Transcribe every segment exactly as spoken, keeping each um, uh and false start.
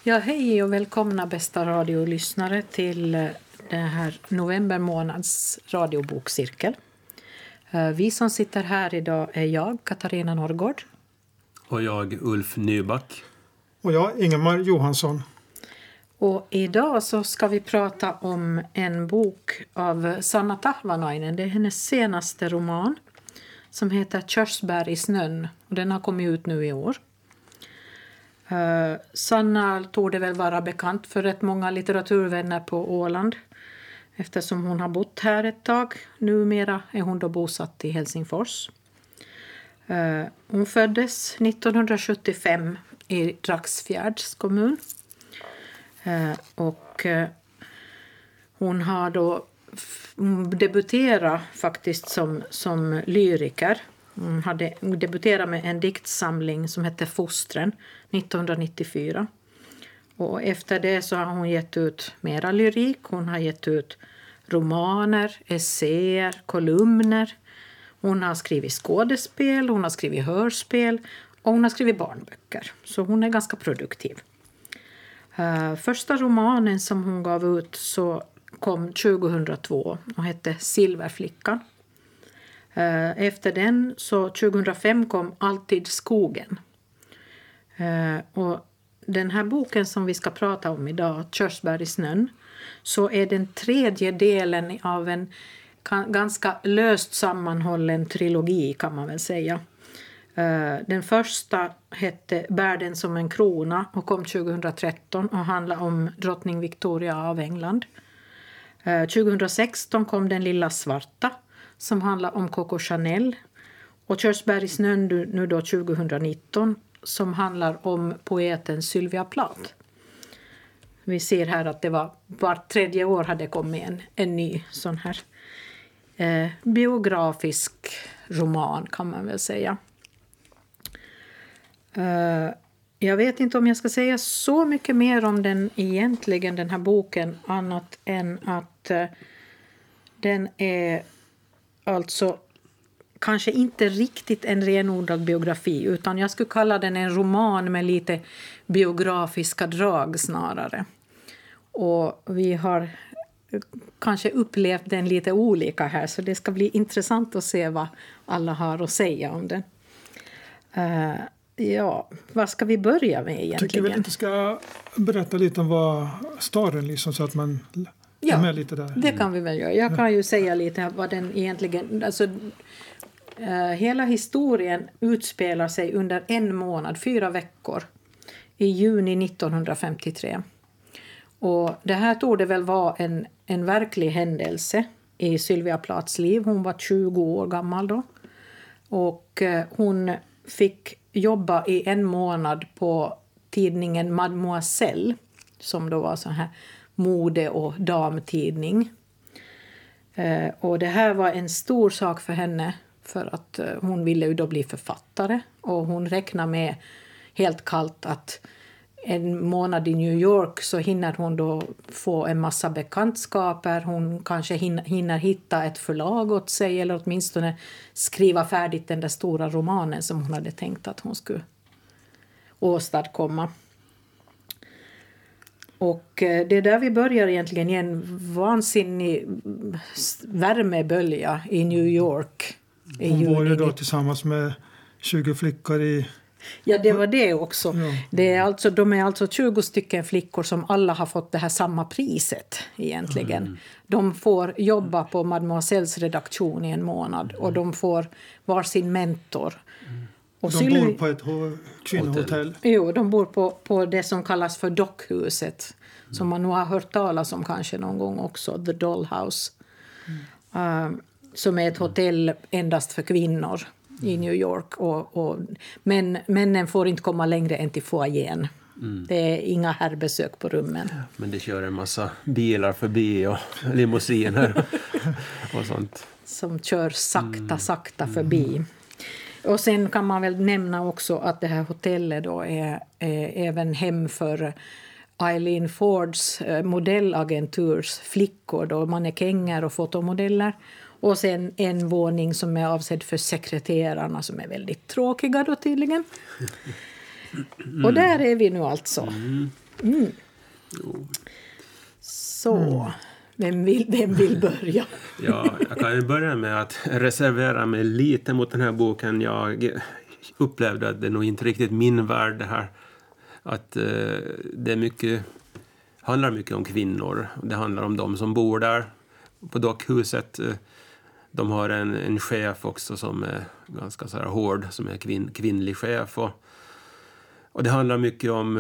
Ja, hej och välkomna bästa radiolyssnare till den här november månads radiobokcirkel. Vi som sitter här idag är jag, Katarina Norrgård. Och jag, Ulf Nyback. Och jag, Ingemar Johansson. Och idag så ska vi prata om en bok av Sanna Tahvanainen. Det är hennes senaste roman som heter Körsbär i snön. Och den har kommit ut nu i år. Uh, Sanna torde väl vara bekant för rätt många litteraturvänner på Åland eftersom hon har bott här ett tag. Numera är hon då bosatt i Helsingfors. Uh, hon föddes nittonhundrasjuttiofem i Dragsfjärds kommun. Uh, och uh, hon har då f- debuterat faktiskt som, som lyriker. Hon hade debuterat med en diktsamling som hette Fostren nittonhundranittiofyra. Och efter det så har hon gett ut mera lyrik. Hon har gett ut romaner, essäer, kolumner. Hon har skrivit skådespel, hon har skrivit hörspel och hon har skrivit barnböcker. Så hon är ganska produktiv. Uh, första romanen som hon gav ut så kom tjugohundratvå och hette Silverflickan. Efter den så tjugohundrafem kom Alltid skogen. Och den här boken som vi ska prata om idag, Körsbär i snön, så är den tredje delen av en ganska löst sammanhållen trilogi kan man väl säga. Den första hette Bär den som en krona och kom tjugohundratretton och handlar om drottning Victoria av England. tjugohundrasexton kom Den lilla svarta som handlar om Coco Chanel. Och Körsbär i snön nu då tjugohundranitton som handlar om poeten Sylvia Plath. Vi ser här att det var vart tredje år hade kommit en, en ny sån här eh, biografisk roman kan man väl säga. Eh, jag vet inte om jag ska säga så mycket mer om den egentligen, den här boken, annat än att eh, den är alltså kanske inte riktigt en renodlad biografi utan jag skulle kalla den en roman med lite biografiska drag snarare. Och vi har kanske upplevt den lite olika här så det ska bli intressant att se vad alla har att säga om den. Uh, ja, vad ska vi börja med egentligen? Jag tycker väl att du ska berätta lite om vad storyn liksom så att man... Ja, med lite där. Det kan vi väl göra. Jag kan ju säga lite vad den egentligen... Alltså, uh, hela historien utspelar sig under en månad, fyra veckor, i juni nittonhundrafemtiotre. Och det här tog det väl vara en, en verklig händelse i Sylvia Plaths liv. Hon var tjugo år gammal då. Och uh, hon fick jobba i en månad på tidningen Mademoiselle, som då var så här mode- och damtidning. Eh, och det här var en stor sak för henne för att eh, hon ville ju då bli författare. Och hon räknar med helt kallt att en månad i New York så hinner hon då få en massa bekantskaper. Hon kanske hinner, hinner hitta ett förlag åt sig eller åtminstone skriva färdigt den där stora romanen som hon hade tänkt att hon skulle åstadkomma. Och det är där vi börjar egentligen i en vansinnig värmebölja i New York. I Hon var ju juni. då tillsammans med tjugo flickor i... Ja, det var det också. Ja. Det är alltså, de är alltså tjugo stycken flickor som alla har fått det här samma priset egentligen. Mm. De får jobba på Mademoiselles redaktion i en månad och de får var sin mentor. Mm. Och de Syl- bor på ett ho- kvinnohotell. Jo, de bor på, på det som kallas för Dockhuset. Mm. Som man nog har hört talas om kanske någon gång också. The Dollhouse. Mm. Uh, som är ett hotell endast för kvinnor mm. i New York. Och, och, men männen får inte komma längre än till foajén. Mm. Det är inga herrbesök på rummen. Men det kör en massa bilar förbi och limousiner och sånt. Som kör sakta, mm. sakta förbi. Mm. Och sen kan man väl nämna också att det här hotellet då är, är även hem för Eileen Fords modellagenturs flickor då, mannekänger och fotomodeller. Och sen en våning som är avsedd för sekreterarna som är väldigt tråkiga då tydligen. Mm. Och där är vi nu alltså. Mm. Mm. Så, mm. vem, vill, vem vill börja? Ja, jag kan ju börja med att reservera mig lite mot den här boken. Jag upplevde att det nog inte riktigt min värld det här. Att eh, det är mycket, handlar mycket om kvinnor. Det handlar om de som bor där på dockhuset. De har en, en chef också som är ganska så här hård, som är kvinn, kvinnlig chef. Och, och det handlar mycket om,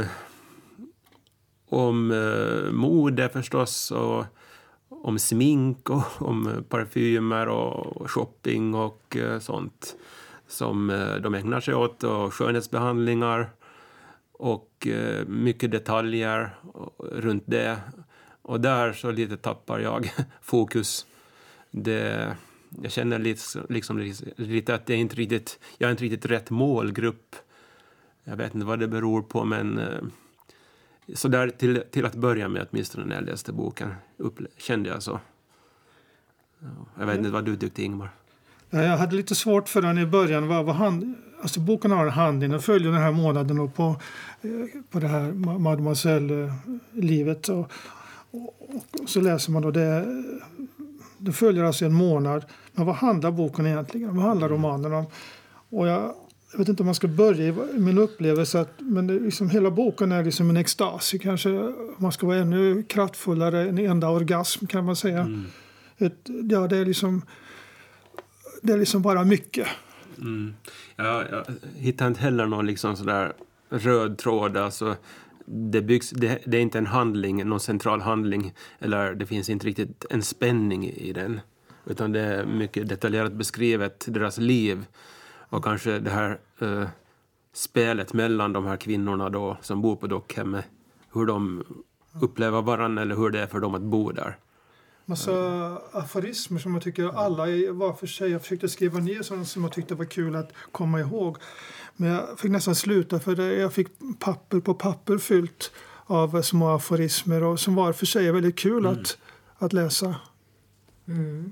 om eh, mode förstås, och om smink och om parfymer och shopping och eh, sånt som eh, de ägnar sig åt, och skönhetsbehandlingar och eh, mycket detaljer runt det. Och där så lite tappar jag fokus. Det, jag känner lite, liksom, lite att det är inte riktigt, jag är inte riktigt rätt målgrupp. Jag vet inte vad det beror på, men eh, så där till, till att börja med, åtminstone när jag läste boken, upple- kände jag så. Ja, jag vet inte vad du tyckte, Ingmar. Ja, jag hade lite svårt för den i början. Vad, vad hand, alltså boken har en handling och följer den här månaden och på, på det här Mademoiselle-livet. Och, och, och så läser man då det. Det följer alltså en månad. Men vad handlar boken egentligen? Vad handlar romanen om? Och jag, jag vet inte om man ska börja i min upplevelse. Att, men det, liksom, hela boken är liksom en extas. Kanske man ska vara ännu kraftfullare. En enda orgasm kan man säga. Mm. Ett, ja, det är liksom... Det är liksom bara mycket. Mm. Ja, jag hittar inte heller någon liksom sådär röd tråd. Alltså, det, byggs, det, det är inte en handling, någon central handling. Eller det finns inte riktigt en spänning i den. Utan det är mycket detaljerat beskrivet, deras liv. Och kanske det här uh, spelet mellan de här kvinnorna då, som bor på dockhemmet. Hur de upplever varandra eller hur det är för dem att bo där. Massa aforismer som jag tycker alla var för sig. Jag försökte skriva ner sådana som jag tyckte var kul att komma ihåg. Men jag fick nästan sluta för det. Jag fick papper på papper fyllt av små aforismer. Och som var för sig väldigt kul mm. att, att läsa. Mm.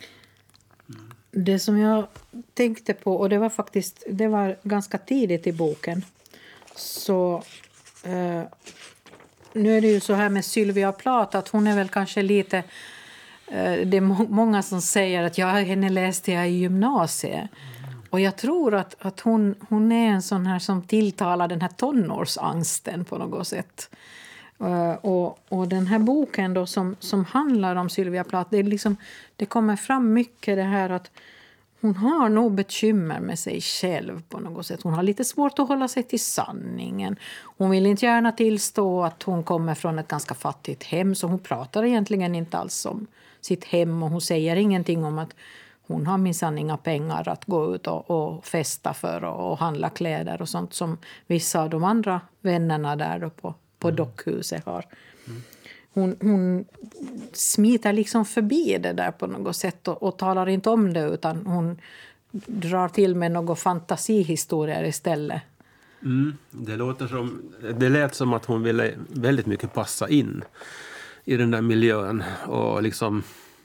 Det som jag tänkte på, och det var faktiskt det var ganska tidigt i boken. Så... Eh, nu är det ju så här med Sylvia Plath att hon är väl kanske lite... Det är må- många som säger att jag henne läste jag i gymnasiet. Mm. Och jag tror att, att hon, hon är en sån här som tilltalar den här tonårsangsten på något sätt. Uh, och, och den här boken då som, som handlar om Sylvia Plath, det, är liksom, det kommer fram mycket det här att hon har nog bekymmer med sig själv på något sätt. Hon har lite svårt att hålla sig till sanningen. Hon vill inte gärna tillstå att hon kommer från ett ganska fattigt hem. Så hon pratar egentligen inte alls om sitt hem. Och hon säger ingenting om att hon har minsann inga pengar att gå ut och, och festa för och, och handla kläder och sånt som vissa av de andra vännerna där då på, på mm. dockhuset har. Mm. Hon, hon smiter liksom förbi det där på något sätt och, och talar inte om det, utan hon drar till med några fantasihistorier istället. Mm, det låter som, det lät som att hon ville väldigt mycket passa in i den där miljön och liksom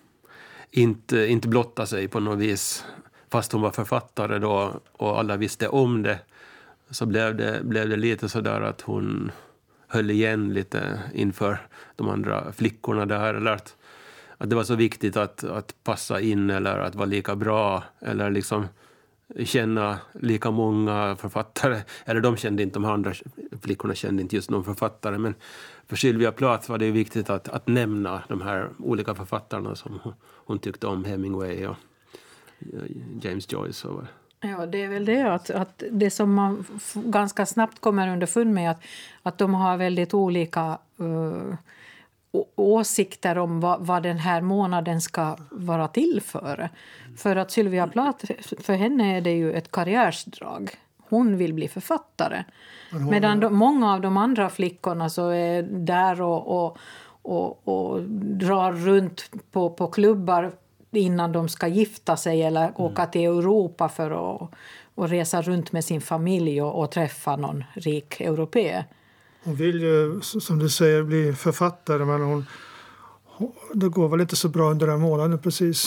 inte, inte blotta sig på något vis. Fast hon var författare då och alla visste om det, så blev det, blev det lite sådär att hon höll igen lite inför de andra flickorna där, eller att, att det var så viktigt att, att passa in eller att vara lika bra eller liksom känna lika många författare, eller de kände inte, de andra flickorna kände inte just någon författare, men för Sylvia Plath var det viktigt att, att nämna de här olika författarna som hon, hon tyckte om, Hemingway och James Joyce och... Ja, det är väl det att, att det som man f- ganska snabbt kommer underfund med att, att de har väldigt olika uh, å- åsikter om vad, vad den här månaden ska vara till för. För att Sylvia Plath, för henne är det ju ett karriärsdrag. Hon vill bli författare. Mm. Medan de, många av de andra flickorna så är där och, och, och, och drar runt på, på klubbar innan de ska gifta sig eller åka mm. till Europa för att och resa runt med sin familj och, och träffa någon rik europé. Hon vill ju, som du säger, bli författare, men hon, det går väl inte så bra under den månaden precis.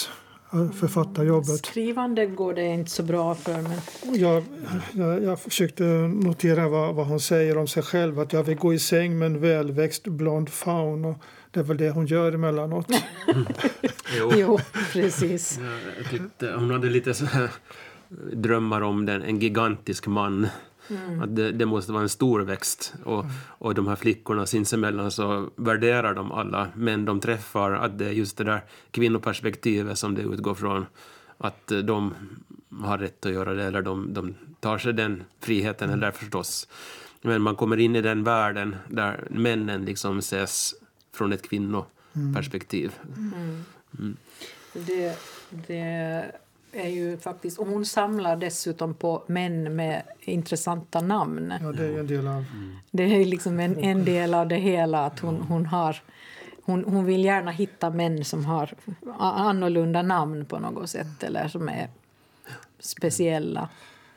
författarjobbet. Skrivande går det inte så bra för. Men... Jag, jag, jag försökte notera vad, vad hon säger om sig själv. Att jag vill gå i säng med en välväxt blond faun. Och det är väl det hon gör emellanåt. Jo. jo, precis. Ja, jag tyckte, hon hade lite så här drömmar om den, en gigantisk man. Mm. Att det, det måste vara en stor växt. Och, och de här flickorna sinsemellan så värderar de alla. Men de träffar att det är just det där kvinnoperspektivet som det utgår från. Att de har rätt att göra det. Eller de, de tar sig den friheten. Mm. Eller förstås. Men man kommer in i den världen där männen liksom ses från ett kvinnoperspektiv. Mm. Mm. Det, det är ju faktiskt, och hon samlar dessutom på män med intressanta namn. Ja, det är en del av... Det är liksom en, en del av det hela att hon, hon har hon, hon vill gärna hitta män som har annorlunda namn på något sätt eller som är speciella.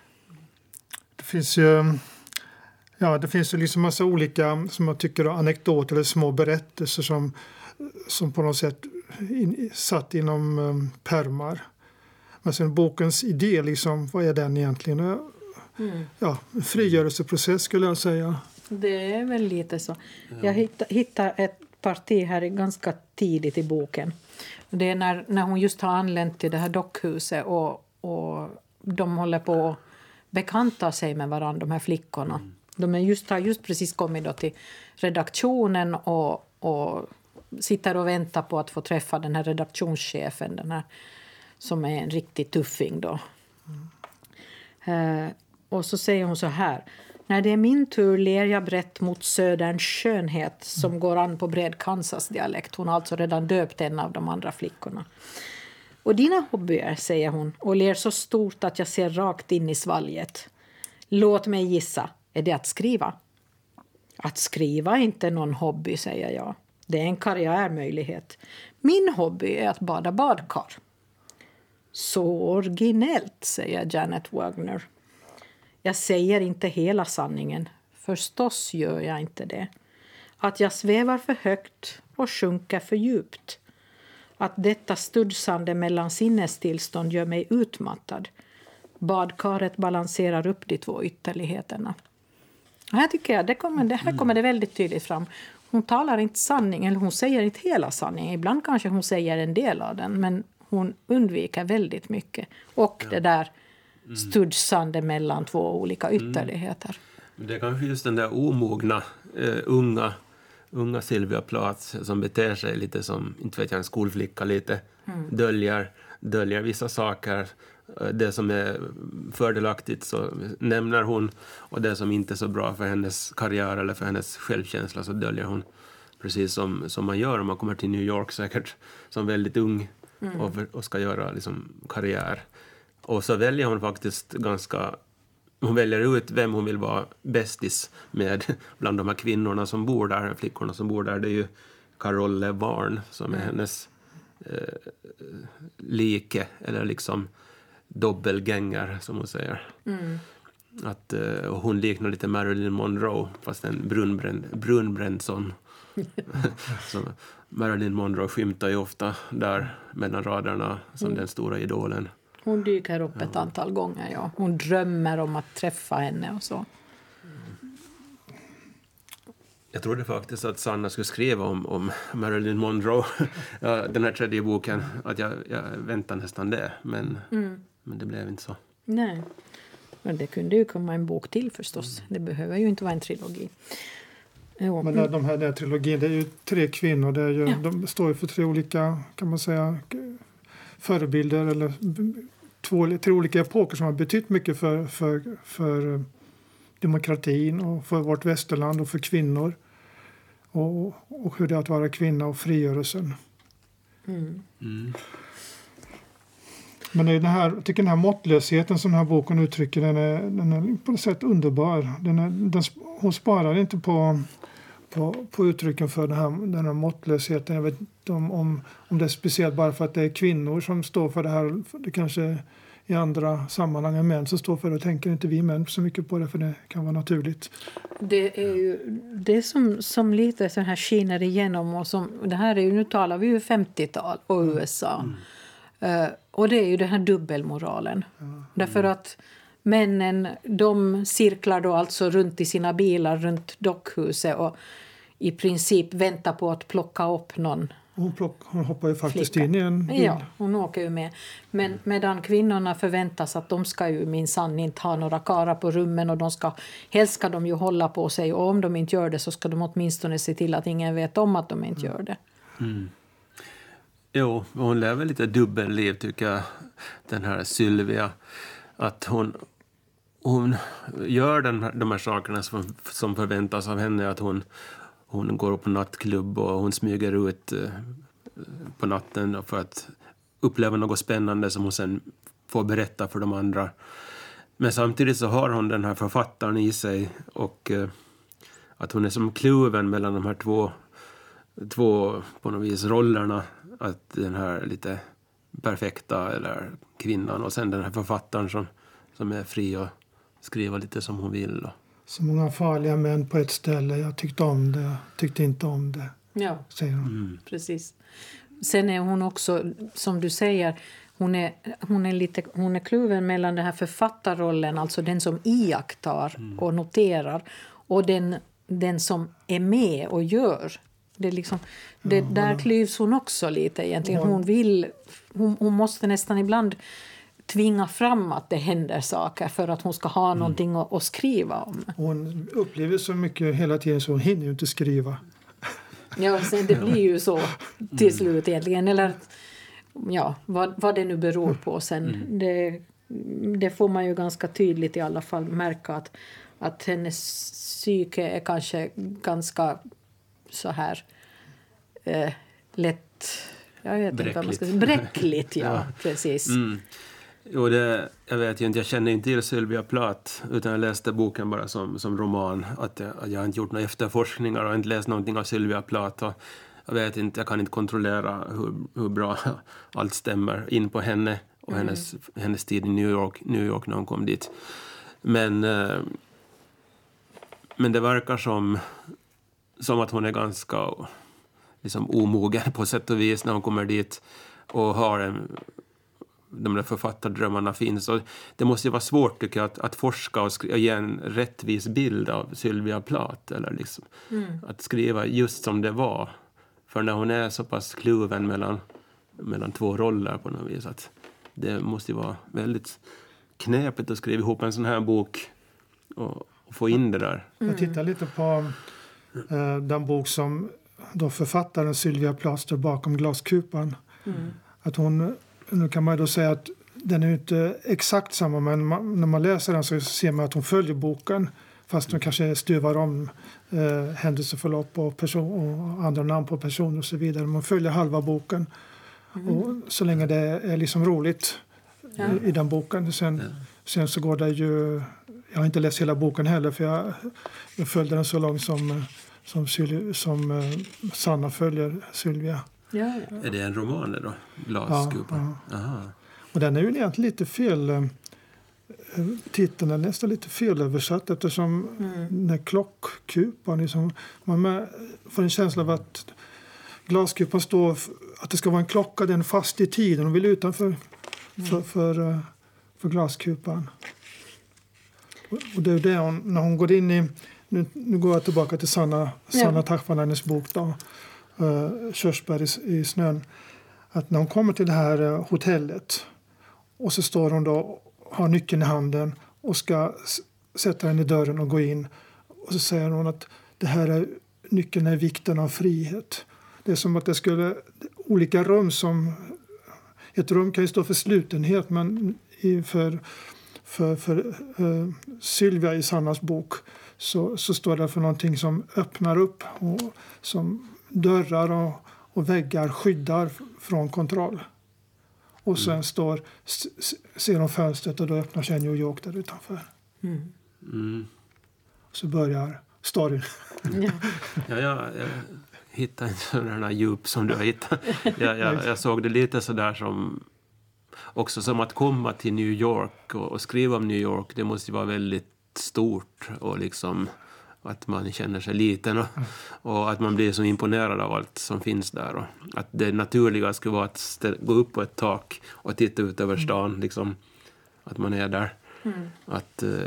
Det finns ju ja, det finns ju liksom massa olika som jag tycker är anekdoter eller små berättelser som som på något sätt in, satt inom um, pärmar. Men sen bokens idé, liksom, vad är den egentligen? Mm. Ja, en frigörelseprocess skulle jag säga. Det är väl lite så. Jag hittade, hittade ett parti här ganska tidigt i boken. Det är när, när hon just har anlänt till det här dockhuset och, och de håller på att bekanta sig med varandra, de här flickorna. Mm. De är just, har just precis kommit då till redaktionen och, och sitter och väntar på att få träffa den här redaktionschefen, den här som är en riktig tuffing då. Mm. Eh, och så säger hon så här: när det är min tur ler jag brett mot söderns skönhet som mm. går an på bred Kansas-dialekt. Hon har alltså redan döpt en av de andra flickorna. Och dina hobbyer, säger hon, och ler så stort att jag ser rakt in i svalget. Låt mig gissa, är det att skriva? Att skriva är inte någon hobby, säger jag. Det är en karriärmöjlighet. Min hobby är att bada badkar. Så originellt, säger Janet Wagner. Jag säger inte hela sanningen. Förstås gör jag inte det. Att jag svävar för högt och sjunker för djupt. Att detta studsande mellan sinnestillstånd gör mig utmattad. Badkaret balanserar upp de två ytterligheterna. Och här tycker jag, det, kommer, det här kommer det väldigt tydligt fram. Hon talar inte sanning, eller hon säger inte hela sanningen. Ibland kanske hon säger en del av den, men hon undviker väldigt mycket. Och ja. det där studsande mellan två olika ytterligheter. Mm. Det är kanske just den där omogna, uh, unga, unga Sylvia Plath som beter sig lite som, inte vet jag, en skolflicka lite. Mm. Döljer, döljer vissa saker. Det som är fördelaktigt så nämner hon, och det som inte är så bra för hennes karriär eller för hennes självkänsla så döljer hon, precis som, som man gör om man kommer till New York säkert som väldigt ung mm. och, och ska göra liksom karriär. Och så väljer hon faktiskt ganska, hon väljer ut vem hon vill vara bästis med bland de här kvinnorna som bor där, flickorna som bor där. Det är ju Carole LeVarn som är mm. hennes eh, like eller liksom doppelgänger, som hon säger. Mm. Att, uh, hon liknar lite Marilyn Monroe, fast en brunbränd, brunbränd sån. Så Marilyn Monroe skymtar ju ofta där mellan raderna som mm. den stora idolen. Hon dyker upp ett ja. antal gånger, ja. Hon drömmer om att träffa henne och så. Jag trodde faktiskt att Sanna skulle skriva om, om Marilyn Monroe, ja, den här tredje boken, att jag, jag väntar nästan det, men, mm. men det blev inte så. Nej, men det kunde ju komma en bok till förstås. Mm. Det behöver ju inte vara en trilogi. Jo. Men där, de här där trilogin, det är ju tre kvinnor, det är ju, ja. de står ju för tre olika, kan man säga, förebilder eller två, tre olika epoker som har betytt mycket för, för, för demokratin och för vårt västerland och för kvinnor och, och hur det är att vara kvinna och frigörelsen. Mm. Mm. Men den här, jag tycker den här måttlösheten som den här boken uttrycker, den är, den är på något sätt underbar. Den är, den, hon sparar inte på, på, på uttrycken för den här, den här måttlösheten. Jag vet inte om, om, om det är speciellt bara för att det är kvinnor som står för det här. Det kanske i andra sammanhang än män som står för det. Och tänker inte vi män så mycket på det, för det kan vara naturligt. Det är ju det som, som lite så här skiner igenom. Och som, det här är ju, nu talar vi ju femtiotal och U S A. Mm. Uh, och det är ju den här dubbelmoralen. Mm. Därför att männen, de cirklar då alltså runt i sina bilar runt dockhuset och i princip väntar på att plocka upp någon. Hon, plock, hon hoppar ju faktiskt flicka. in i en bil. Ja, hon åker ju med. Men medan kvinnorna förväntas att de ska ju minsann inte ha några karar på rummen och de ska, helst ska de ju hålla på sig, och om de inte gör det så ska de åtminstone se till att ingen vet om att de inte gör det. Mm. Jo, hon lever lite dubbelliv tycker jag, den här Sylvia. Att hon, hon gör den här, de här sakerna som, som förväntas av henne, att hon, hon går på nattklubb och hon smyger ut eh, på natten för att uppleva något spännande som hon sen får berätta för de andra. Men samtidigt så har hon den här författaren i sig, och eh, att hon är som kluven mellan de här två, två på något vis rollerna. Att den här lite perfekta eller kvinnan och sen den här författaren som, som är fri och skriva lite som hon vill. Och. Så många farliga män på ett ställe. Jag tyckte om det, jag tyckte inte om det. Ja, säger hon. Mm. Precis. Sen är hon också, som du säger, hon är, hon är, lite, hon är kluven mellan den här författarrollen, alltså den som iakttar mm. och noterar, och den, den som är med och gör. Det är liksom, det, ja, där klyvs hon också lite egentligen. Hon, vill, hon, hon måste nästan ibland tvinga fram att det händer saker för att hon ska ha mm. någonting att, att skriva om. Hon upplever så mycket hela tiden så hon hinner ju inte skriva. Ja, sen det blir ju så till slut egentligen. Eller ja, vad, vad det nu beror på sen. Mm. Det, det får man ju ganska tydligt i alla fall märka att, att hennes psyke är kanske ganska så här eh, lätt, jag vet bräckligt. inte vad man ska säga, bräckligt, ja, ja. Precis. Mm. Jo, det, jag vet ju inte, jag känner inte till Sylvia Plath, utan jag läste boken bara som, som roman. Att jag, att jag har inte gjort några efterforskningar och inte läst någonting av Sylvia Plath. Och jag vet inte, jag kan inte kontrollera hur, hur bra allt stämmer in på henne och mm. hennes, hennes tid i New York, New York när hon kom dit. Men, eh, men det verkar som, som att hon är ganska liksom, omogen på sätt och vis när hon kommer dit och har en... de där författardrömmarna finns. Och det måste ju vara svårt tycker jag att, att forska och skri- ge en rättvis bild av Sylvia Plath. Eller liksom, mm. att skriva just som det var. För när hon är så pass kluven mellan, mellan två roller på något vis. Att det måste ju vara väldigt knepigt att skriva ihop en sån här bok och, och få in det där. Mm. Jag tittar lite på eh, den bok som då författaren Sylvia Plath står bakom, Glaskupan. Mm. Att hon... Nu kan man då säga att den är inte exakt samma, men man, när man läser den så ser man att hon följer boken fast hon kanske stuvar om eh, händelseförlopp och, person, och andra namn på personer och så vidare. Man följer halva boken mm. och så länge det är liksom roligt ja. i, i den boken. Sen, ja. sen så går det ju... Jag har inte läst hela boken heller för jag, jag följde den så långt som, som, Syl, som uh, Sanna följer Sylvia. Ja, ja. Är det en roman då? Glaskupan? Ja, ja. Och den är ju egentligen lite fel. Äh, titeln är nästan lite felöversatt eftersom mm. den här klockkupan liksom, man med, får en känsla av att glaskupan står att det ska vara en klocka, den är fast i tiden och vill utanför mm. för, för, för glaskupan. Och, och det är det hon, när hon går in i, nu, nu går jag tillbaka till Sanna, Sanna ja. Tachvanainens bok då. Uh, Körsbär i, i snön, att när hon kommer till det här uh, hotellet och så står hon då, har nyckeln i handen och ska s- sätta den i dörren och gå in och så säger hon att det här är nyckeln är vikten av frihet. Det är som att det skulle olika rum som ett rum kan ju stå för slutenhet men i, för, för, för uh, Sylvia i Sannas bok så, så står det för någonting som öppnar upp och som dörrar och, och väggar skyddar från kontroll. Och sen mm. står, s- ser de fönstret och då öppnar sig New York där utanför. Mm. Mm. Så börjar storyn. Ja, ja jag, jag hittade inte sådana djup som du har hittat. Jag, jag, jag såg det lite sådär som också som att komma till New York och, och skriva om New York. Det måste ju vara väldigt stort och liksom att man känner sig liten och, och att man blir så imponerad av allt som finns där. Och att det naturliga skulle vara att stä- gå upp på ett tak och titta ut över stan, liksom, att man är där. Mm. Att, eh,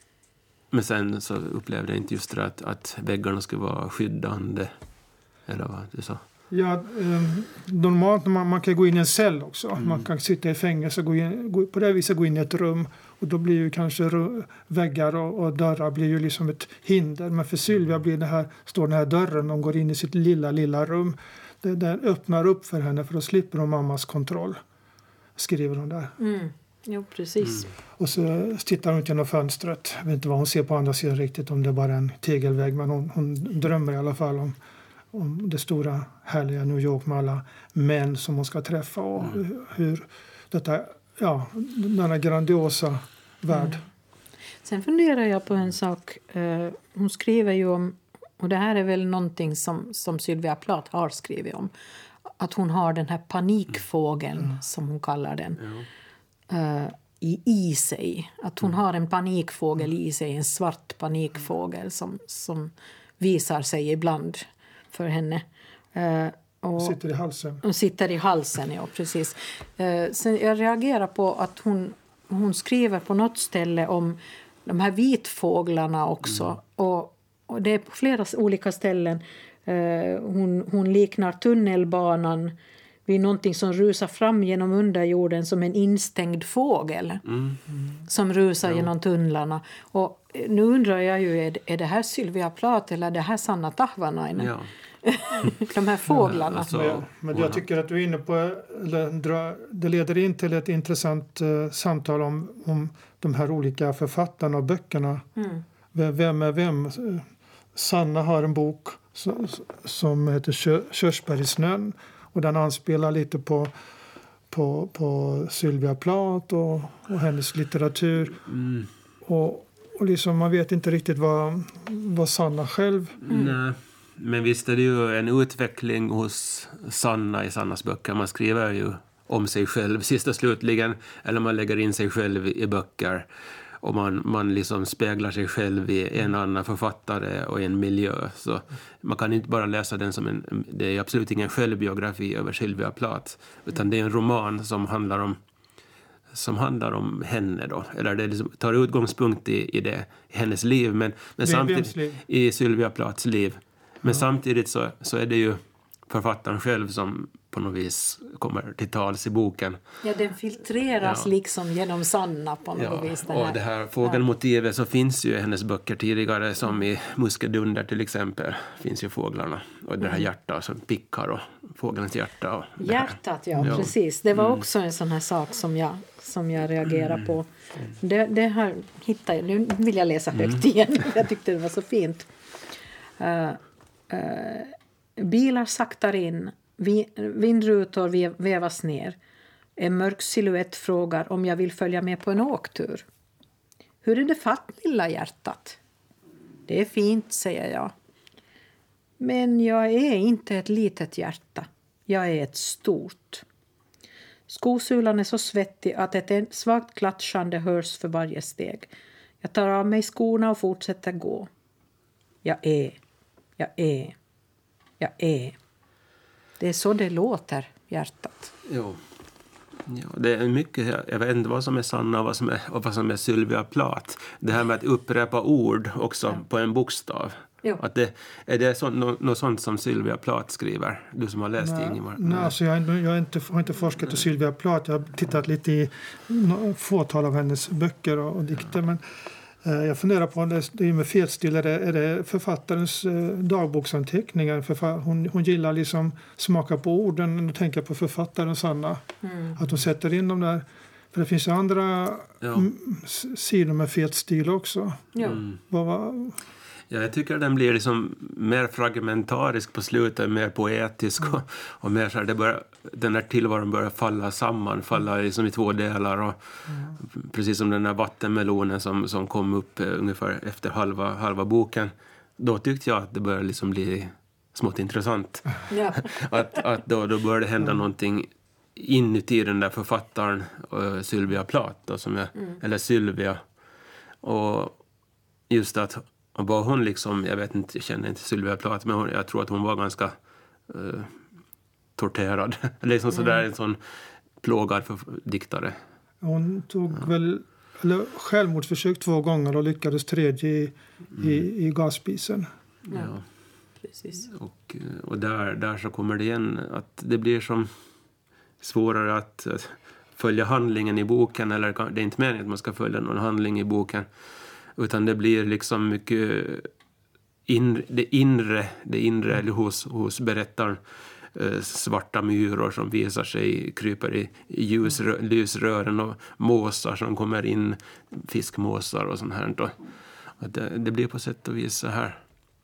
men sen så upplevde jag inte just det att, att väggarna skulle vara skyddande, eller vad du sa. Ja, eh, normalt man, man kan gå in i en cell också. Mm. Man kan sitta i fängelse och gå in, gå, på det viset gå in i ett rum. Och då blir ju kanske ru- väggar och, och dörrar blir ju liksom ett hinder. Men för Sylvia blir det här, står den här dörren, hon går in i sitt lilla, lilla rum. Det där öppnar upp för henne, för då slipper hon mammas kontroll. Skriver hon där. Mm. Jo, precis. Mm. Och så tittar hon ut genom fönstret. Jag vet inte vad hon ser på andra sidan riktigt, om det är bara en tegelvägg. Men hon, hon drömmer i alla fall om, om det stora härliga New York med alla män som hon ska träffa. Och mm. hur detta, ja, denna grandiosa värld. Mm. Sen funderar jag på en sak. Uh, hon skriver ju om, och det här är väl någonting som, som Sylvia Plath har skrivit om. Att hon har den här panikfågeln, mm. som hon kallar den. Mm. Uh, i, i sig. Att hon har en panikfågel i sig, en svart panikfågel som, som visar sig ibland för henne. Uh, och sitter i halsen. Och sitter i halsen, ja, precis. Uh, sen jag reagerar på att hon, hon skriver på något ställe om de här vitfåglarna också. Mm. Och, och det är på flera olika ställen. Uh, hon, hon liknar tunnelbanan vid någonting som rusar fram genom underjorden som en instängd fågel. Mm. Mm. Som rusar ja. genom tunnlarna. Och nu undrar jag ju, är, är det här Sylvia Plath eller är det här Sanna Tahvanainen? Ja. De här fåglarna. Ja, alltså, men, men jag tycker att du är inne på, eller, det leder in till ett intressant uh, samtal om, om de här olika författarna och böckerna. Mm. Vem är vem? Sanna har en bok som, som heter Kö, Körsbär i snön. Och den anspelar lite på, på, på Sylvia Plath och, och hennes litteratur. Mm. Och, och liksom man vet inte riktigt vad, vad Sanna själv... Mm. Nej, men visst är det ju en utveckling hos Sanna i Sannas böcker. Man skriver ju om sig själv sist och slutligen. Eller man lägger in sig själv i böcker. Och man, man liksom speglar sig själv i en annan författare och en miljö. Så man kan inte bara läsa den som en... Det är absolut ingen självbiografi över Sylvia Plath. Utan det är en roman som handlar om, som handlar om henne då. Eller det liksom tar utgångspunkt i, i det, i hennes liv. Men, men samtidigt liv. I Sylvia Plaths liv. Men ja. samtidigt så, så är det ju författaren själv som på något vis kommer till tals i boken. Ja, den filtreras ja. liksom genom Sanna på något ja. vis. Den här. Och det här fågelmotivet så finns ju i hennes böcker tidigare, som i Muskedunder till exempel, finns ju fåglarna. Och det här hjärtat som pickar och fågelns hjärta. Och hjärtat, ja, ja, precis. Det var mm. också en sån här sak som jag, som jag reagerar mm. på. Det, det här hittar jag, nu vill jag läsa högt mm. igen. Jag tyckte det var så fint. Uh, uh, bilar saktar in. Vindrutor vävas ner. En mörk silhuett frågar om jag vill följa med på en åktur. Hur är det fatt, lilla hjärtat? Det är fint, säger jag. Men jag är inte ett litet hjärta. Jag är ett stort. Skosulan är så svettig att ett svagt klatschande hörs för varje steg. Jag tar av mig skorna och fortsätter gå. Jag är. Jag är. Jag är. Det är så det låter, hjärtat. Jo. Ja, det är mycket, jag vet inte vad som är Sanna och vad som är, och vad som är Sylvia Plath. Det här med att upprepa ord också ja. på en bokstav. Jo. Att det, är det så, något, något sånt som Sylvia Plath skriver? Du som har läst nej, Ingemar. Nej, alltså jag, jag, är inte, har inte forskat i Sylvia Plath. Jag har tittat lite i fåtal av hennes böcker och, och dikter. Men eh, jag funderar på, det, det är med fetstil, är det, är det författarens eh, dagboksanteckningar? Förfa- hon, hon gillar liksom smaka på orden och tänka på författaren Sanna. Mm. Att hon sätter in dem där. För det finns andra ja. m- sidor med fetstil också. Ja. Mm. Vad var... Ja, jag tycker den blir liksom mer fragmentarisk på slutet, mer poetisk mm. och, och mer så här, det börjar, den här tillvaron börjar falla samman, falla liksom i två delar och mm. precis som den här vattenmelonen som, som kom upp eh, ungefär efter halva, halva boken, då tyckte jag att det började liksom bli smått intressant. Ja. att, att då, då började hända mm. någonting inuti den där författaren uh, Sylvia Plath då, som är, mm. eller Sylvia, och just att och var hon liksom, jag vet inte, jag känner inte Sylvia Plath, men hon, jag tror att hon var ganska uh, torterad. liksom sådär en sån plågad för diktare. Hon tog ja. väl eller självmordsförsök två gånger och lyckades tredje i, mm. i, i gasspisen. Ja, ja. Precis. Och, och där, där så kommer det igen att det blir som svårare att, att följa handlingen i boken, eller det är inte meningen att man ska följa någon handling i boken, utan det blir liksom mycket in, det inre, det inre mm. hos, hos berättaren. Svarta myror som visar sig, kryper i ljusrö, lysrören och måsar som kommer in, fiskmåsar och sånt här. Och det, det blir på sätt och vis så här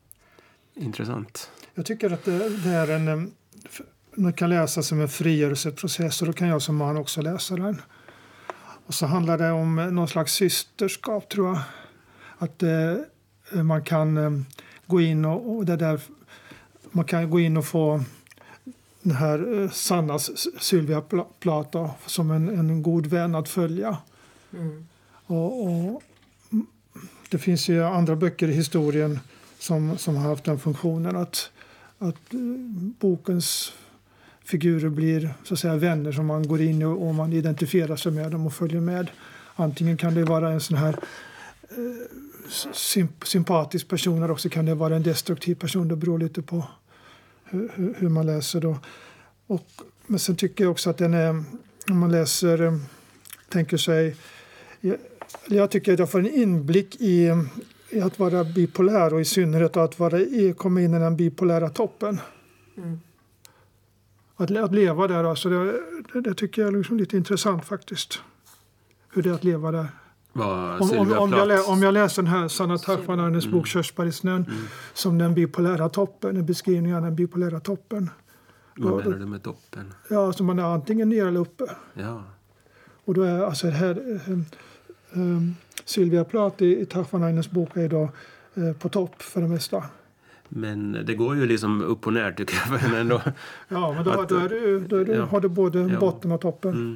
intressant. Jag tycker att det, det är en, man kan läsa som en frigörelseprocess, och då kan jag som man också läsa den. Och så handlar det om någon slags systerskap, tror jag. Att eh, man kan eh, gå in och, och det där, man kan gå in och få den här eh, sanna Sylvia Plath som en, en god vän att följa. Mm. Och, och det finns ju andra böcker i historien som, som har haft den funktionen att, att eh, bokens figurer blir så att säga vänner som man går in och, och man identifierar sig med dem och följer med. Antingen kan det vara en sån här eh, symp- sympatisk person, eller också kan det vara en destruktiv person. Det beror lite på hur, hur man läser då. Och, men sen tycker jag också att den är, om man läser, tänker sig, jag, jag tycker att jag får en inblick i, i att vara bipolär, och i synnerhet att vara i, komma in i den bipolära toppen. Mm. Att, att leva där, alltså, det, det, det tycker jag är liksom lite intressant faktiskt. Hur det är att leva där. Vad, om, om, om, jag lä, om jag läser den här Sanna Tahvanainens mm. bok Körsbär i snön mm. som den bipolära toppen, en beskrivning av den bipolära toppen. Vad då, menar du med toppen? Ja, alltså man är antingen ner eller uppe. Ja. Och då är alltså det här um, um, Sylvia Plath i, i Tahvanainens bok är då uh, på topp för det mesta. Men det går ju liksom upp och ner, tycker jag. Men ändå, ja, men då, att, då, är det, då, är det, ja. har du både ja. botten och toppen. Mm.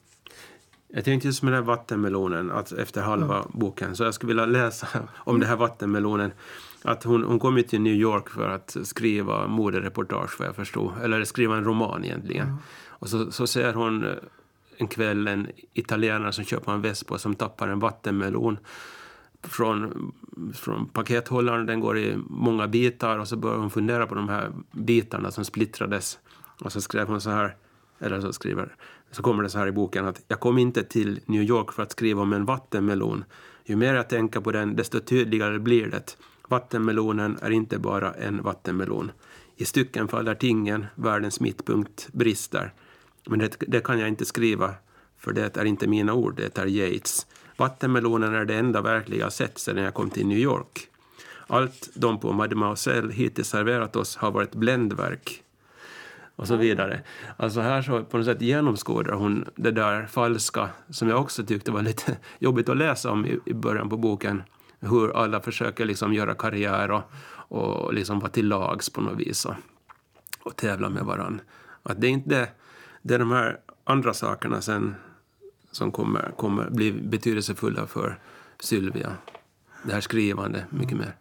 Jag tänkte just med den här vattenmelonen, att efter halva ja. boken, så jag skulle vilja läsa om det här vattenmelonen. Att hon, hon kom till New York för att skriva modereportage, för jag förstod. Eller skriva en roman egentligen. Ja. Och så, så ser hon en kväll en italienare som köper en vespa som tappar en vattenmelon från, från pakethållaren. Den går i många bitar, och så börjar hon fundera på de här bitarna som splittrades. Och så skrev hon så här, eller så skriver, så kommer det så här i boken att jag kom inte till New York för att skriva om en vattenmelon. Ju mer jag tänker på den, desto tydligare blir det. Vattenmelonen är inte bara en vattenmelon. I stycken faller tingen, världens mittpunkt brister. Men det, det kan jag inte skriva, för det är inte mina ord, det är Yates. Vattenmelonen är det enda verkliga jag sett sedan jag kom till New York. Allt de på Mademoiselle hittills serverat oss har varit bländverk. Och så vidare. Alltså här så på något sätt genomskådar hon det där falska, som jag också tyckte var lite jobbigt att läsa om i, i början på boken. Hur alla försöker liksom göra karriär och, och liksom vara till lags på något vis och, och tävla med varandra. Att det är inte det, det är de här andra sakerna sen som kommer, kommer bli betydelsefulla för Sylvia. Det här skrivande mycket mer.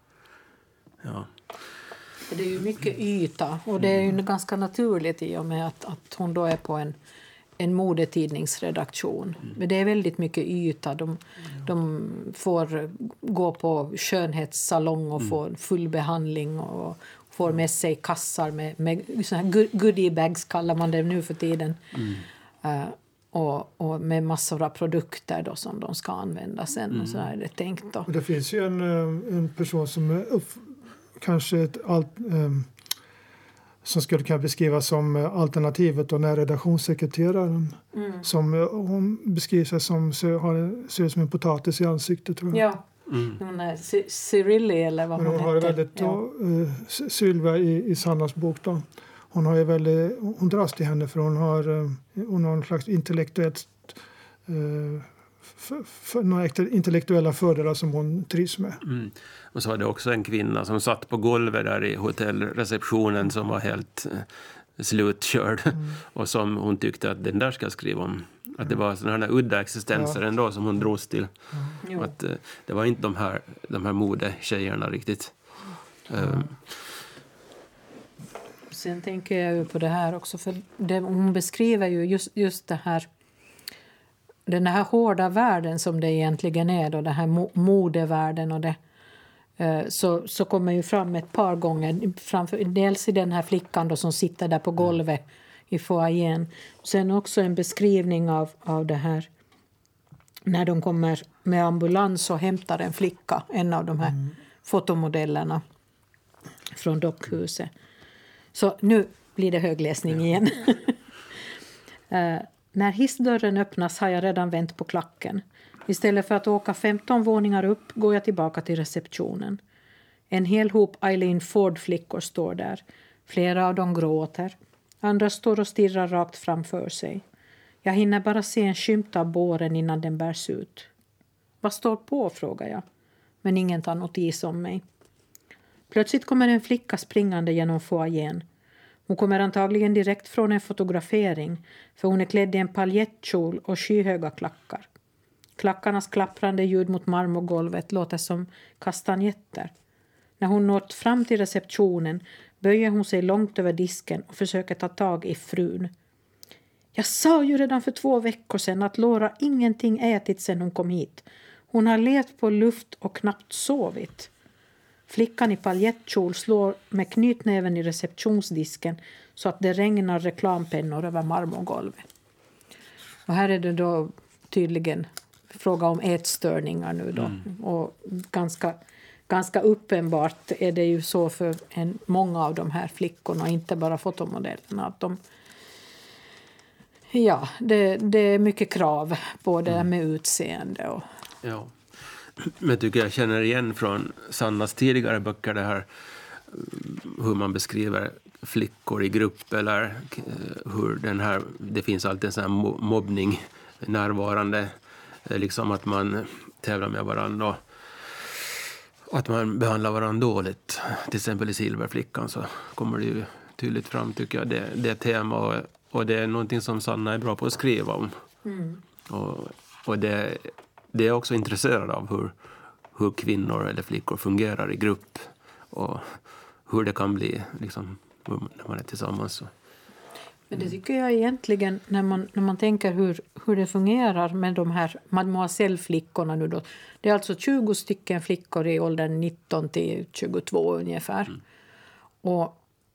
Ja. Det är ju mycket yta, och det är ju ganska naturligt i och med att, att hon då är på en, en modetidningsredaktion. Mm. Men det är väldigt mycket yta. De, de får gå på skönhetssalong och mm. få full behandling och får med sig kassar med, med såna här goodie bags kallar man det nu för tiden. Mm. Uh, och, och med massor av produkter då som de ska använda sen. Mm. Och så är det tänkt då. Och det finns ju en, en person som är upp, kanske ett allt, um, som skulle kunna beskrivas som alternativet, och när redaktionssekreteraren mm. som hon beskriver sig som så, har, ser ut som en potatis i ansiktet, tror jag. Ja, mm. hon är C- Cyrilli eller vad hon, hon har heter. Väldigt, ja. uh, Sylvia i, i Sannas bok då. Hon har ju väldigt, hon dras till henne för hon har, uh, hon har en slags intellektuellt uh, För, för några intellektuella fördelar som hon trivs med. Mm. Och så var det också en kvinna som satt på golvet där i hotellreceptionen mm. som var helt eh, slutkörd. Mm. Och som hon tyckte att den där ska skriva om. Att det var sådana här udda existenser ja. ändå som hon drogs till. Ja. Att uh, det var inte de här, de här modetjejerna riktigt. Mm. Um. Sen tänker jag ju på det här också, för det, hon beskriver ju just, just det här, den här hårda världen som det egentligen är då, den här mo- modevärlden och det. Så, så kommer ju fram ett par gånger, framför, dels i den här flickan då som sitter där på golvet i foajén. Sen också en beskrivning av, av det här när de kommer med ambulans och hämtar en flicka, en av de här mm. fotomodellerna från dockhuset. Så nu blir det högläsning igen. uh, när hissdörren öppnas har jag redan vänt på klacken. Istället för att åka femton våningar upp går jag tillbaka till receptionen. En hel hop Eileen Ford-flickor står där. Flera av dem gråter. Andra står och stirrar rakt framför sig. Jag hinner bara se en skymt av båren innan den bärs ut. Vad står på, frågar jag. Men ingen tar notis om mig. Plötsligt kommer en flicka springande genom foajén. Hon kommer antagligen direkt från en fotografering, för hon är klädd i en paljettkjol och skyhöga klackar. Klackarnas klapprande ljud mot marmorgolvet låter som kastanjetter. När hon nått fram till receptionen böjer hon sig långt över disken och försöker ta tag i frun. Jag sa ju redan för två veckor sedan att Laura ingenting ätit sedan hon kom hit. Hon har levt på luft och knappt sovit. Flickan i paljettkjol slår med knytnäven i receptionsdisken så att det regnar reklampennor över marmorgolvet. Och här är det då tydligen fråga om ätstörningar nu då. Mm. Och ganska, ganska uppenbart är det ju så för en, många av de här flickorna, inte bara fotomodellerna, att de, ja, det, det är mycket krav på det mm. med utseende. Och... Ja, men jag tycker jag känner igen från Sannas tidigare böcker det här hur man beskriver flickor i grupp eller hur den här, det finns alltid en sån här mobbning närvarande, liksom att man tävlar med varandra och att man behandlar varandra dåligt. Till exempel i Silverflickan så kommer det ju tydligt fram, tycker jag, det, det tema och, och det är någonting som Sanna är bra på att skriva om. Mm. Och, och det, det är också intresserad av hur, hur kvinnor eller flickor fungerar i grupp och hur det kan bli liksom, när man är tillsammans. Så. Men det tycker jag egentligen, när man, när man tänker hur, hur det fungerar med de här mademoiselle-flickorna nu då. Det är alltså tjugo stycken flickor i åldern nitton till tjugotvå ungefär. Mm. Och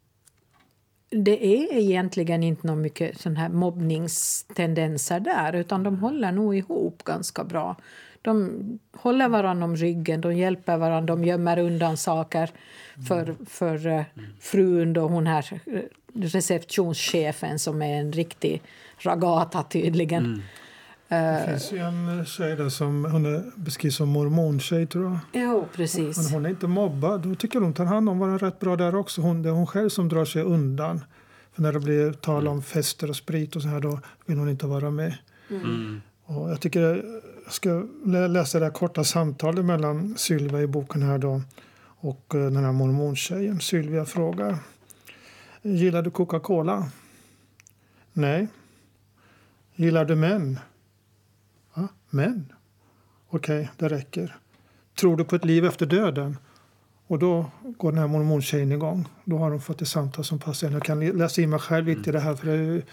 det är egentligen inte någon mycket sån här mobbningstendenser där, utan de håller nog ihop ganska bra. De håller varandra om ryggen, de hjälper varandra, de gömmer undan saker för, för uh, frun då, hon här receptionschefen som är en riktig ragata tydligen. Mm. Det finns ju en tjej där som hon är beskrivs som mormontjej, tror jag. Jo, precis. Men hon är inte mobbad. Då tycker hon tar hand om varandra rätt bra där också. Hon, det är hon själv som drar sig undan. För när det blir tal om fester och sprit och så här, då vill hon inte vara med. Mm. Och jag tycker jag ska läsa det här korta samtalet mellan Sylvia i boken här då och den här mormontjejen. Sylvia frågar: gillar du Coca-Cola? Nej. Gillar du män? Ja, män. Okej, okay, det räcker. Tror du på ett liv efter döden? Och då går den här mormontjejen igång. Då har de fått ett samtal som passar. Jag kan läsa in mig själv lite i det här, för det är ju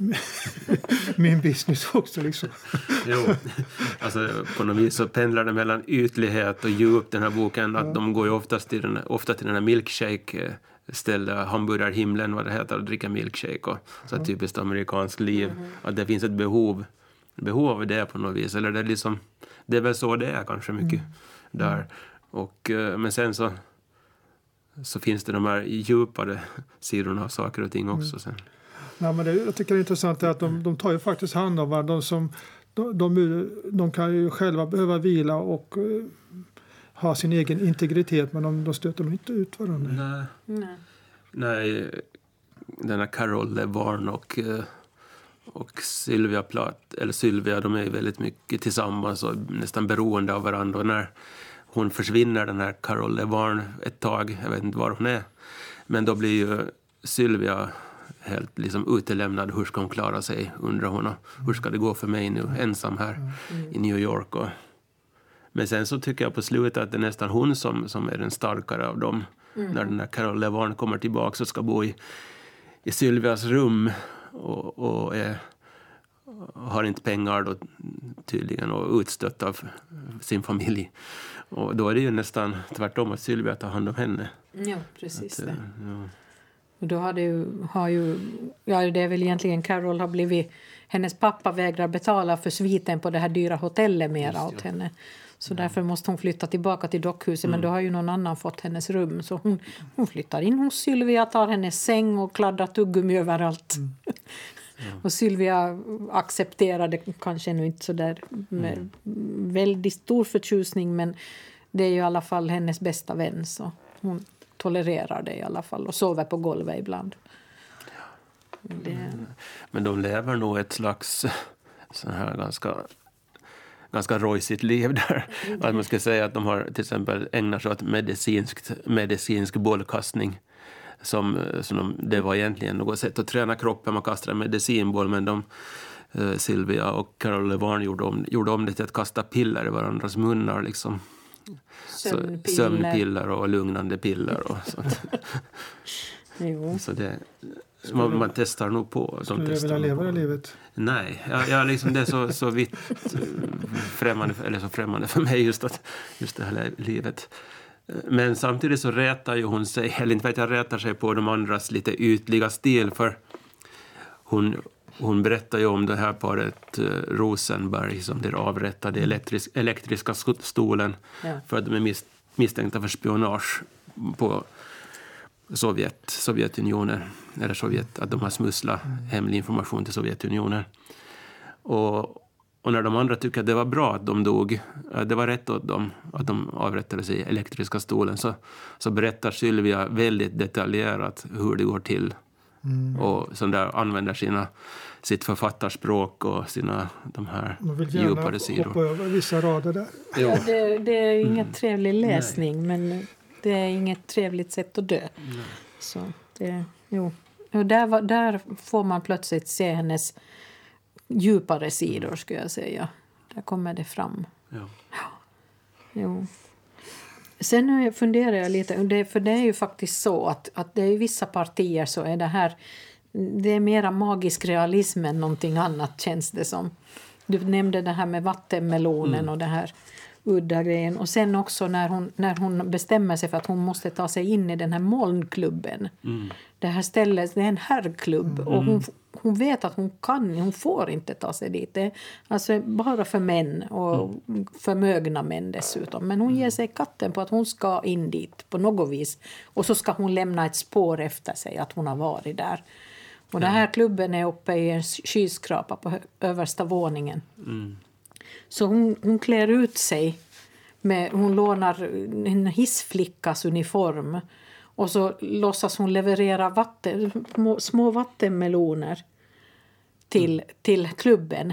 min business också liksom. Jo, alltså på något vis så pendlar det mellan ytlighet och djup, den här boken. Att ja. De går ju oftast till den, ofta till den här milkshake ställa hamburgarhimlen, vad det heter, och dricka milkshake och så mm. typiskt amerikanskt liv. Mm. Att det finns ett behov behov av det på något vis, eller det är liksom, det är väl så det är kanske mycket mm. där. Och men sen så så finns det de här djupare sidorna av saker och ting också sen. Mm. Ja, men det, jag tycker det är intressant att de, de tar ju faktiskt hand om varandra. De som de, de, de kan ju själva behöva vila och uh, ha sin egen integritet, men de, de stöter nog inte ut varandra. Nej. Nej. Nej, den här Carol LeVarn och och Sylvia Plath, eller Sylvia, de är väldigt mycket tillsammans och nästan beroende av varandra. Och när hon försvinner, den här Carol LeVarn, ett tag, jag vet inte var hon är, men då blir ju Sylvia helt liksom utelämnad. Hur ska hon klara sig, undrar hon. Hur ska det gå för mig nu, ensam här mm. i New York. Och... Men sen så tycker jag på slutet att det är nästan hon som, som är den starkare av dem. Mm. När den där Carol Levarn kommer tillbaka och ska bo i, i Sylvias rum och, och är, har inte pengar då, tydligen och utstött av sin familj. Och då är det ju nästan tvärtom att Sylvia tar hand om henne. Ja, precis att, det. Ja. Och då har det ju, har ju, ja det är väl egentligen Carol har blivit, hennes pappa vägrar betala för sviten på det här dyra hotellet mera åt henne. Så mm. därför måste hon flytta tillbaka till dockhuset. Mm. Men då har ju någon annan fått hennes rum. Så hon, hon flyttar in hos Sylvia, tar hennes säng och kladdar tuggummi överallt. Mm. Ja. Och Sylvia accepterade kanske nu inte så där med mm. väldigt stor förtjusning. Men det är ju i alla fall hennes bästa vän. Så hon tolererar det i alla fall. Och sover på golvet ibland. Det... Mm. Men de lever nog ett slags sån här ganska... ganska rojsigt liv där. Mm. Att man ska säga att de har till exempel ägnat sig åt medicinskt, medicinsk bollkastning. Som, som de, det var egentligen något sätt att träna kroppen. Man kastar en medicinboll, men de, eh, Sylvia och Carol Levarn gjorde om, gjorde om det till att kasta piller i varandras munnar. Liksom. Sömnpiller. Så, sömnpiller och lugnande piller och sånt. Jo. Så det... Man, man testar nog på. Skulle du vilja leva det livet? Nej, jag, jag liksom, det är så, så vitt främmande, eller så främmande för mig just, att, just det här livet. Men samtidigt så rätar ju hon sig, eller inte vet jag, rätar sig på de andras lite ytliga stil. För hon, hon berättar ju om det här paret Rosenberg som blir avrättade i elektrisk, elektriska stolen. Ja. För att de är mis, misstänkta för spionage på Sovjet, Sovjetunionen, eller Sovjet, att de har smusslat hemlig information till Sovjetunionen. Och, och när de andra tycker att det var bra att de dog, det var rätt åt dem att de avrättades i elektriska stolen, så, så berättar Sylvia väldigt detaljerat hur det går till. Mm. Och som där använder sina, sitt författarspråk och sina de här djupare sidor. Man vill gärna hoppa över vissa rader där. Ja, det, det är ingen mm. trevlig läsning, Nej. men... Det är inget trevligt sätt att dö. Mm. Så det, jo. Och där, var, där får man plötsligt se hennes djupare sidor, skulle jag säga. Där kommer det fram. Ja. Jo. Sen funderar jag lite, för det är ju faktiskt så att, att det är i vissa partier så är det här, det är mera magisk realism än någonting annat, känns det som. Du nämnde det här med vattenmelonen mm. och det här udda grejen. Och sen också när hon, när hon bestämmer sig för att hon måste ta sig in i den här molnklubben. Mm. Det här stället, det är en herrklubb. Mm. Och hon, hon vet att hon kan, hon får inte ta sig dit. Det är alltså bara för män och mm. förmögna män dessutom. Men hon ger sig katten på att hon ska in dit på något vis. Och så ska hon lämna ett spår efter sig att hon har varit där. Och ja. Den här klubben är uppe i en skyskrapa på översta våningen. Mm. Så hon, hon klär ut sig, med, hon lånar en hissflickas uniform och så låtsas hon leverera vatten, små, små vattenmeloner till, mm. till klubben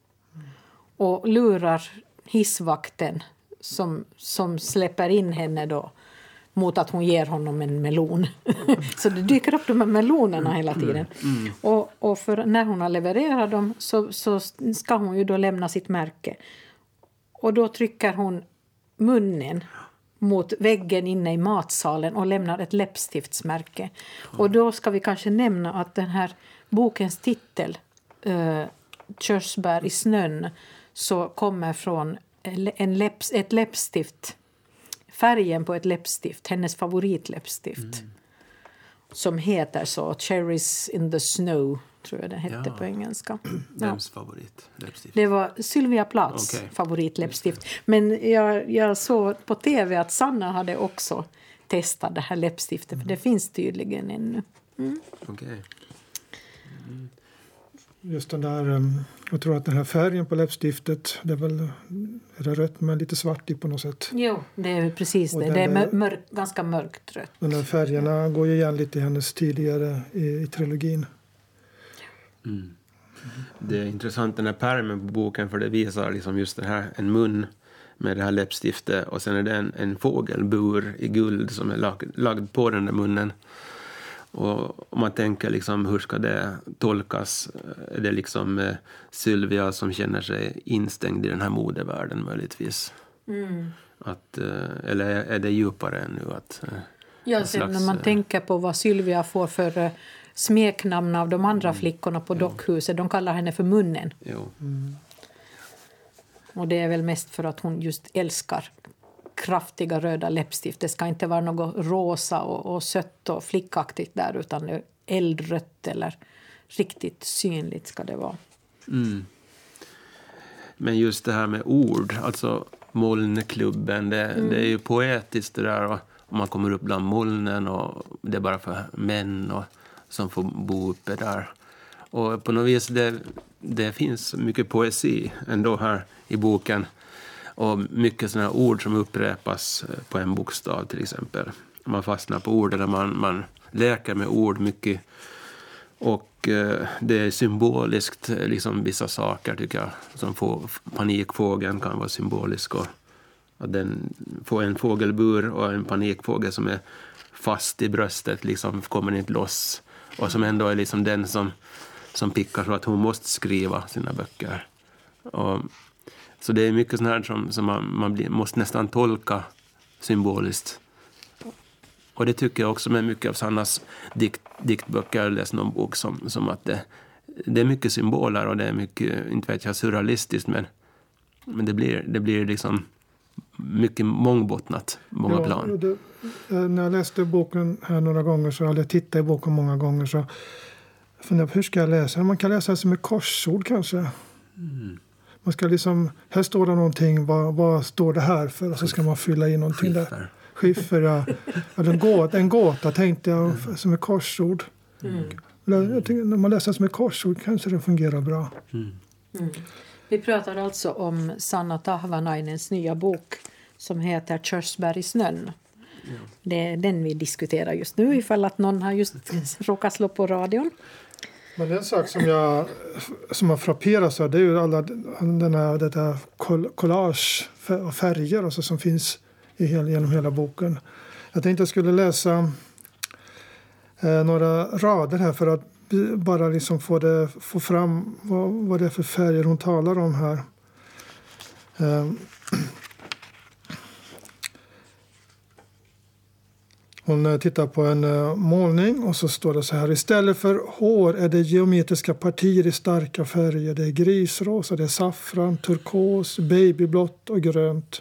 och lurar hissvakten som, som släpper in henne då mot att hon ger honom en melon. Så det dyker upp de här melonerna hela tiden. Mm. Mm. Och, och för när hon har levererat dem så, så ska hon ju då lämna sitt märke. Och då trycker hon munnen mot väggen inne i matsalen och lämnar ett läppstiftsmärke. Mm. Och då ska vi kanske nämna att den här bokens titel, uh, Körsbär i snön, så kommer från en läpps, ett läppstift. Färgen på ett läppstift, hennes favoritläppstift. Mm. Som heter så, Cherries in the Snow, tror jag det hette ja. på engelska. Vems ja. favoritläppstift? Det var Sylvia Plaths okay. favoritläppstift. Men jag, jag såg på tv att Sanna hade också testat det här läppstiftet. Mm. För det finns tydligen ännu. Mm. Okej. Okay. Mm. Just den där, jag tror att den här färgen på läppstiftet, det är väl är det rött men lite svart i på något sätt. Jo, det är precis det. Det är mör- mörk, ganska mörkt rött. De där färgerna går ju igen lite i hennes tidigare i, i trilogin. Mm. Det är intressant den här pärmen på boken, för det visar liksom just det här, en mun med det här läppstiftet och sen är det en, en fågelbur i guld som är lag, lagd på den där munnen. Och om man tänker liksom, hur ska det tolkas? Är det liksom eh, Sylvia som känner sig instängd i den här modevärlden möjligtvis? Mm. Att, eh, eller är det djupare ännu? Att, eh, Ja, sen slags, när man eh, tänker på vad Sylvia får för eh, smeknamn av de andra Mm. flickorna på Jo. dockhuset. De kallar henne för munnen. Jo. Mm. Och det är väl mest för att hon just älskar kraftiga röda läppstift. Det ska inte vara något rosa och, och sött och flickaktigt där, utan det är eldrött eller riktigt synligt ska det vara. Mm. Men just det här med ord, alltså molnklubben, det, Mm. det är ju poetiskt det där. Och man kommer upp bland molnen och det är bara för män och, som får bo uppe där. Och på något vis det, det finns mycket poesi ändå här i boken. Och mycket sådana ord som upprepas på en bokstav till exempel. Man fastnar på ord eller man, man leker med ord mycket. Och eh, det är symboliskt, liksom vissa saker tycker jag. Som få, panikfågeln kan vara symbolisk. Och att den får en fågelbur och en panikfågel som är fast i bröstet, liksom kommer inte loss. Och som ändå är liksom den som, som pickar så att hon måste skriva sina böcker. Och, så det är mycket sånt här som, som man, man blir, måste nästan tolka symboliskt. Och det tycker jag också med mycket av Sannas dikt, diktböcker. Jag läste någon bok som, som att det, det är mycket symboler och det är mycket, inte vet jag, surrealistiskt, men, men det blir, det blir liksom mycket mångbottnat, många Ja, plan. det, när jag läste boken här några gånger, så eller tittat i boken många gånger, så funderade på hur ska jag läsa? Man kan läsa det som ett korsord kanske. Mm. Man ska liksom, här står det någonting, vad, vad står det här för? Och så ska man fylla in någonting där. Skiffer. Skiffer, ja. Eller en gåta, en gåta tänkte jag, som ett korsord. Mm. Jag tycker, när man läser som ett korsord kanske det fungerar bra. Mm. Mm. Vi pratar alltså om Sanna Tahvanainens nya bok som heter Körsbär i snön. Ja. Det är den vi diskuterar just nu, ifall att någon har just råkat slå på radion. Men en sak som jag som har frapperat så det är ju alla den här, detta collage av färger alltså, som finns i hel, genom hela boken. Jag tänkte jag skulle läsa eh, några rader här för att bara liksom få, det, få fram vad, vad det är för färger hon talar om här. Eh, Hon tittar på en uh, målning och så står det så här: istället för hår är det geometriska partier i starka färger. Det är grisrosa, det är saffran, turkos, babyblått och grönt.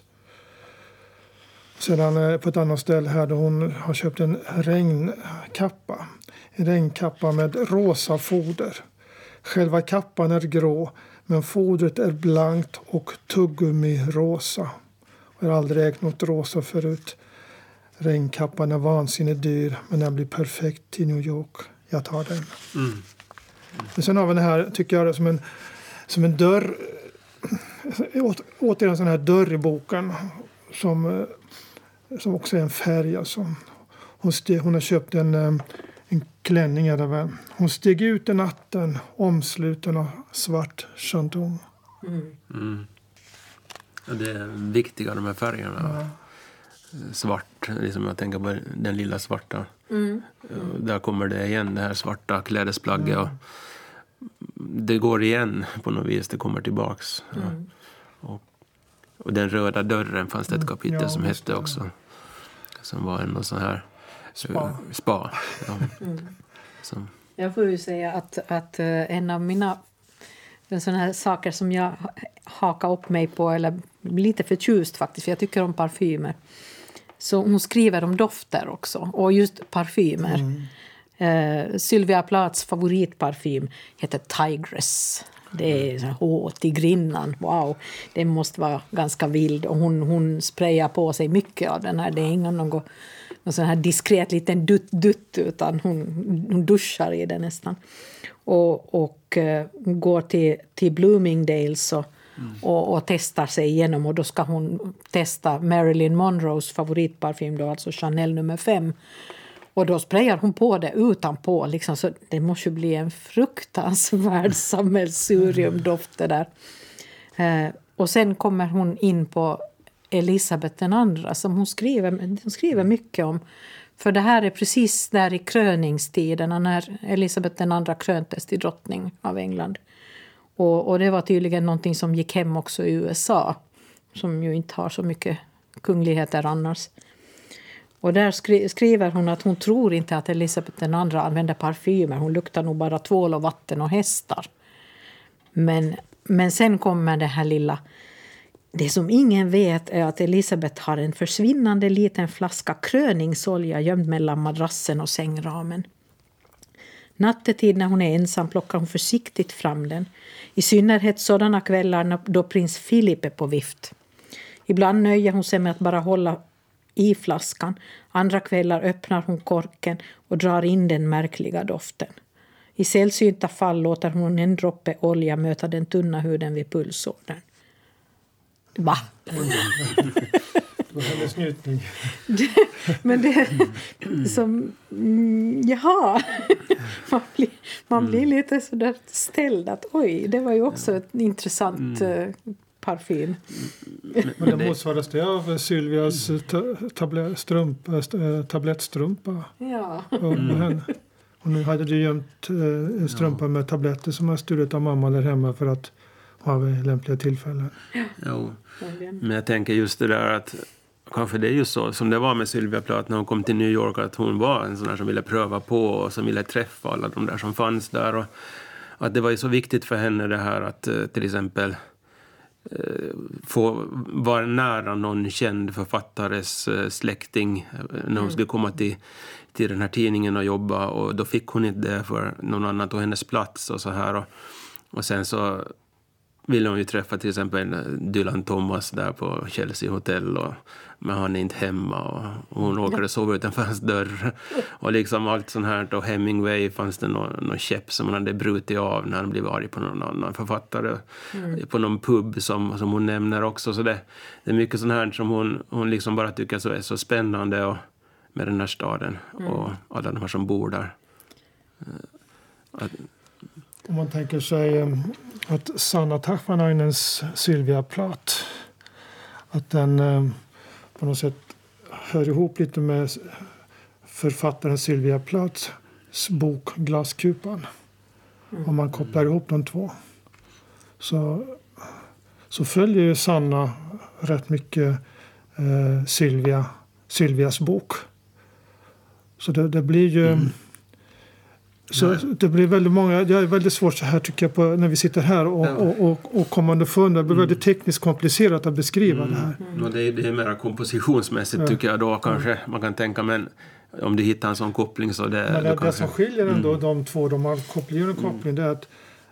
Sedan uh, på ett annat ställe här då hon har köpt en regnkappa. En regnkappa med rosa foder. Själva kappan är grå, men fodret är blankt och tuggummi rosa. Jag har aldrig ägt något rosa förut. Regnkappan är vansinnigt dyr, men den blir perfekt i New York. Jag tar den. Mm. Mm. Men sen har vi den här, tycker jag, som en, som en dörr. Å, återigen en sån här dörr i boken. Som, som också är en färg. Alltså. Hon, steg, hon har köpt en, en klänning. Eller hon steg ut i natten, omsluten av svart chanton. Mm. Mm. Ja, det är viktiga de här färgerna. Ja. Svart, liksom jag tänker på den lilla svarta. Mm. Mm. Där kommer det igen, det här svarta klädesplagget. Mm. Och det går igen på något vis, det kommer tillbaks. Mm. Ja. Och, och den röda dörren fanns det ett kapitel ja, som hette det. också. Som var en sån här Spa. uh, spa. Ja. Mm. Som, Jag får ju säga att, att en av mina såna här saker som jag hakar upp mig på, eller lite förtjust faktiskt, för jag tycker om parfymer. Så hon skriver om dofter också, och just parfymer. Mm. Eh, Sylvia Plaths favoritparfym heter Tigress. Det är så här, åh, tigrinnan, wow. Det måste vara ganska vild, och hon, hon sprayar på sig mycket av den här. Det är ingen någon, någon sån här diskret liten dutt-dutt, utan hon, hon duschar i det nästan. Och, och uh, går till, till Bloomingdale's och, mm. och, och testar sig igenom. Och då ska hon testa Marilyn Monroes favoritparfym, då, alltså Chanel nummer fem. Och då sprayar hon på det utanpå. Liksom, så det måste ju bli en fruktansvärd sammelsuriumdoft det där. Uh, och sen kommer hon in på Elisabeth den andra som hon skriver, hon skriver mycket om. För det här är precis där i kröningstiderna när Elisabeth den andra kröntes till drottning av England. Och, och det var tydligen någonting som gick hem också i U S A. Som ju inte har så mycket kungligheter annars. Och där skri- skriver hon att hon tror inte att Elisabeth den andra använder parfymer. Hon luktar nog bara tvål och vatten och hästar. Men, men sen kommer det här lilla... Det som ingen vet är att Elisabeth har en försvinnande liten flaska kröningsolja gömd mellan madrassen och sängramen. Nattetid när hon är ensam plockar hon försiktigt fram den. I synnerhet sådana kvällar då prins Philip är på vift. Ibland nöjer hon sig med att bara hålla i flaskan. Andra kvällar öppnar hon korken och drar in den märkliga doften. I sällsynta fall låter hon en droppe olja möta den tunna huden vid pulsådern. Va? Det var hennes njutning. Men det som... Mm, jaha. Man blir, man blir lite sådär ställd att oj, det var ju också ett intressant mm. parfym. Men det motsvaras det av Sylvias tablet, strumpa, tablettstrumpa. Ja. Och henne. Och nu hade du gömt en strumpa med tabletter som har stulit av mamma där hemma för att ha vid lämpliga tillfällen. Jo. Men jag tänker just det där att kanske det är ju så som det var med Sylvia Plath när hon kom till New York, att hon var en sån där som ville pröva på och som ville träffa alla de där som fanns där, och att det var ju så viktigt för henne det här att till exempel få vara nära någon känd författares släkting när hon skulle komma till, till den här tidningen och jobba, och då fick hon inte det för någon annan tog hennes plats och så här, och, och sen så ville hon ju träffa till exempel Dylan Thomas där på Chelsea Hotel, och, men han är inte hemma, och, och hon råkade sova utanför hans dörr och liksom allt sånt här. Och Hemingway fanns det någon, någon käpp som han hade brutit av när han blev arg på någon annan författare mm. på någon pub som, som hon nämner också. Så det, det är mycket sånt här som hon, hon liksom bara tycker så är så spännande och, med den här staden mm. och alla de här som bor där. Att, om man tänker sig att Sanna Tahvanainens Sylvia Plath, att den på något sätt hör ihop lite med författaren Sylvia Plaths bok Glaskupan. Mm. Om man kopplar ihop de två så, så följer ju Sanna rätt mycket eh, Sylvia, Sylvias bok. Så det, det blir ju... Mm. Så Nej. det blir väldigt många, det är väldigt svårt så här tycker jag på, när vi sitter här och, ja. och, och, och kommer underfund. Det blir mm. väldigt tekniskt komplicerat att beskriva mm. det här. Mm. Och det, är, det är mer kompositionsmässigt ja. tycker jag då kanske mm. man kan tänka, men om du hittar en sån koppling så det... Men det, det kanske... som skiljer ändå mm. de två, de har koppling och koppling, mm. det är att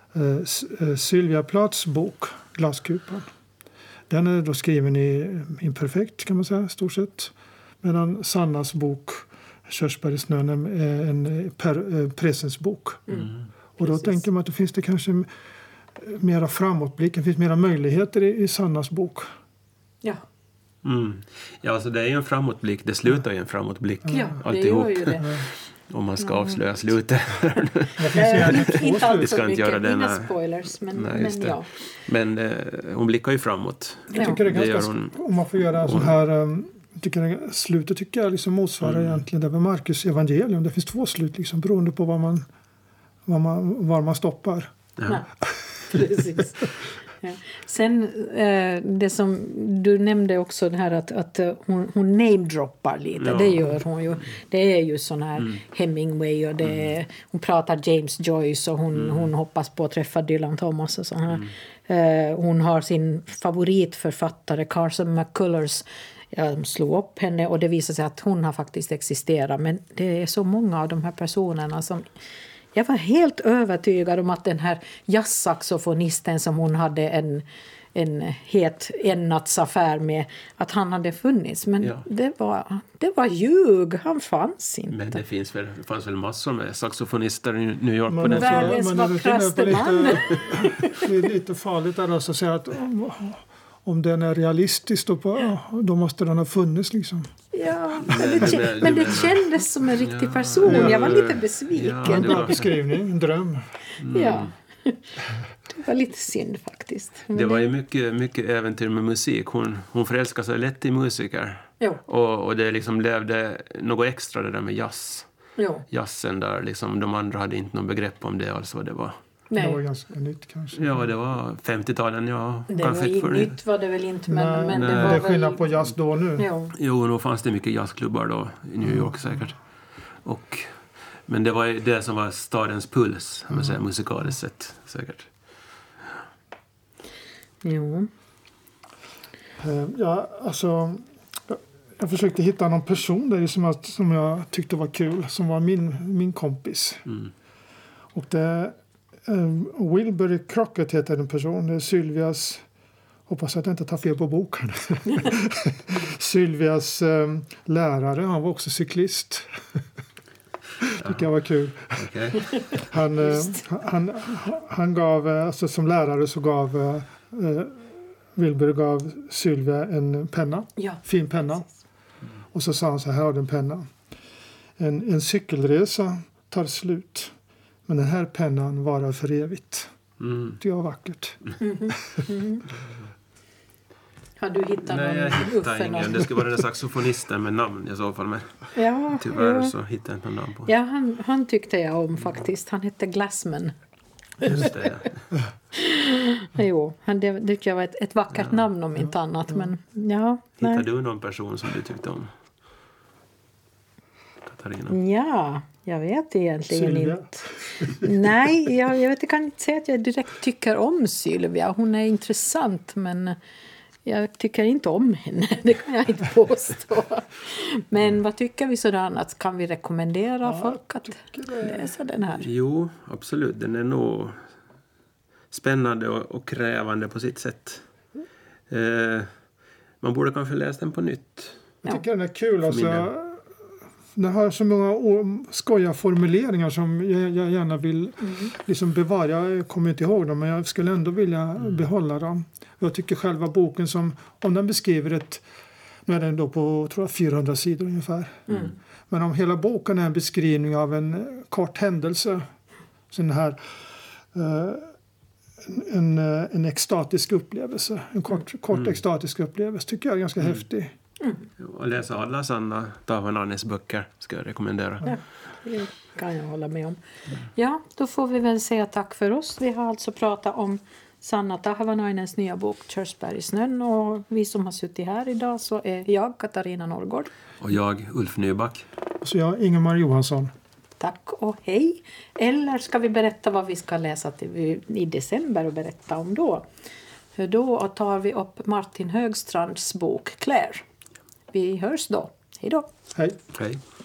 uh, Sylvia Plaths bok Glaskupan, den är då skriven i imperfekt kan man säga, stort sett. Medan Sannas bok Körsbär i snön är en per, presensbok. Mm. Och då Precis. tänker man att det finns det kanske mera framåtblick, det finns mera möjligheter i, i Sannas bok. Ja. Mm. Ja, alltså det är ju en framåtblick, det slutar ju en framåtblick. Ja, alltihop. det gör ju det. Om man ska avslöja slutet. Det finns gärna två inte alls Vi ska så inte mycket, göra denna... inga spoilers, men, Nej, men ja. Men eh, hon blickar ju framåt. Jag tycker det är ganska, det hon... om man får göra en sån här... Um, tycker slutet tycker jag liksom motsvarar mm. egentligen det med Markus evangelium. Det finns två slut liksom, beroende på var man, var man, var man stoppar. Ja. Ja, precis. Ja. Sen eh, det som du nämnde också det här att, att hon, hon namedroppar lite. Ja. Det gör hon ju. Det är ju sån här mm. Hemingway och det är, hon pratar James Joyce och hon, mm. hon hoppas på att träffa Dylan Thomas och så här. Mm. Eh, hon har sin favoritförfattare Carson McCullers. Jag slog upp henne och det visade sig att hon har faktiskt existerat. Men det är så många av de här personerna som... Jag var helt övertygad om att den här jazzsaxofonisten som hon hade en, en het ennatsaffär med, att han hade funnits. Men ja. det, var, det var ljug, han fanns inte. Men det, finns väl, det fanns väl massor med saxofonister i New York men på den tiden. Världens vackraste man. Det är lite farligt där att säga att... Om den är realistisk då, på, då måste den ha funnits liksom. Ja, men det, men det kändes som en riktig ja, person. Jag var lite besviken. Ja, en bra beskrivning, en dröm. Mm. Ja. Det var lite synd faktiskt. Men Det var ju mycket, mycket äventyr med musik. Hon, hon förälskade sig lätt i musiker. Jo. Och, och det liksom levde något extra det där med jazz. Jo. Jazzen där, liksom, de andra hade inte någon begrepp om det alls vad det var. Det var Nej, ganska nytt kanske. Ja, det var femtio-talen, ja. det kanske var inte ju för nytt var det väl inte, men, Nej, men nej. det Det var är skillnad väl... på jazz då och nu. Jo. Jo, då fanns det mycket jazzklubbar då i New York säkert. Och, men det var ju det som var stadens puls, om man säger, musikaliskt sett säkert. Jo. Eh, Ja, alltså, jag, jag försökte hitta någon person där som jag, som jag tyckte var kul, som var min, min kompis. Mm. Och det eh, Wilbur Crockett heter en person. Det är Sylvias, hoppas att jag inte tar fel på boken. Sylvias eh, lärare, han var också cyklist. Tycker jag var kul. Okej. Han, eh, han, han gav, eh, alltså som lärare så gav eh, Wilbur gav Sylvia en penna, Ja. fin penna. Och så sa han så här, här har du en penna. En, en cykelresa tar slut, men den här pennan varar för evigt. Mm. Det var vackert. Har du hittat Nej, jag någon hittar Uffe? ingen. någon? Det skulle vara den där saxofonisten med namn i så fall. Men Ja, tyvärr ja. så hittar jag inte någon namn på. Ja, han, han tyckte jag om faktiskt. Han hette Glassman. Just det. Jo, han, det, det tycker jag var ett, ett vackert namn om inte annat. Men ja, Hittar nej. du någon person som du tyckte om? Katarina? Ja, jag vet egentligen Sylvia. inte. Nej, jag, jag, vet, jag kan inte säga att jag direkt tycker om Sylvia. Hon är intressant, men jag tycker inte om henne. Det kan jag inte påstå. Men vad tycker vi sådär annat? Kan vi rekommendera Ja, folk att det. läsa den här? Jo, absolut. Den är nog spännande och, och krävande på sitt sätt. Eh, man borde kanske läsa den på nytt. Jag tycker den är kul. Alltså, min del. den har så många o- skojiga formuleringar som jag, jag gärna vill liksom bevara. Jag kommer inte ihåg dem, men jag skulle ändå vilja behålla dem. Jag tycker själva boken, som om den beskriver ett, nu är den då på tror jag, fyrahundra sidor ungefär. Mm. Men om hela boken är en beskrivning av en kort händelse, så den här eh, en, eh, en extatisk upplevelse, en kort, kort Mm. extatisk upplevelse, tycker jag är ganska häftig. Och läsa alla Sanna Tavananes böcker ska jag rekommendera. Ja, det kan jag hålla med om. Ja, då får vi väl säga tack för oss. Vi har alltså pratat om Sanna Tahvanainens nya bok Körsbär i snön. Och vi som har suttit här idag så är jag, Katarina Norrgård. Och jag, Ulf Nyback. Så jag, Ingemar Johansson. Tack och hej. Eller ska vi berätta vad vi ska läsa till i december och berätta om då? För då tar vi upp Martin Högstrands bok Claire. Vi hörs då. Hej då. Hej. Hej.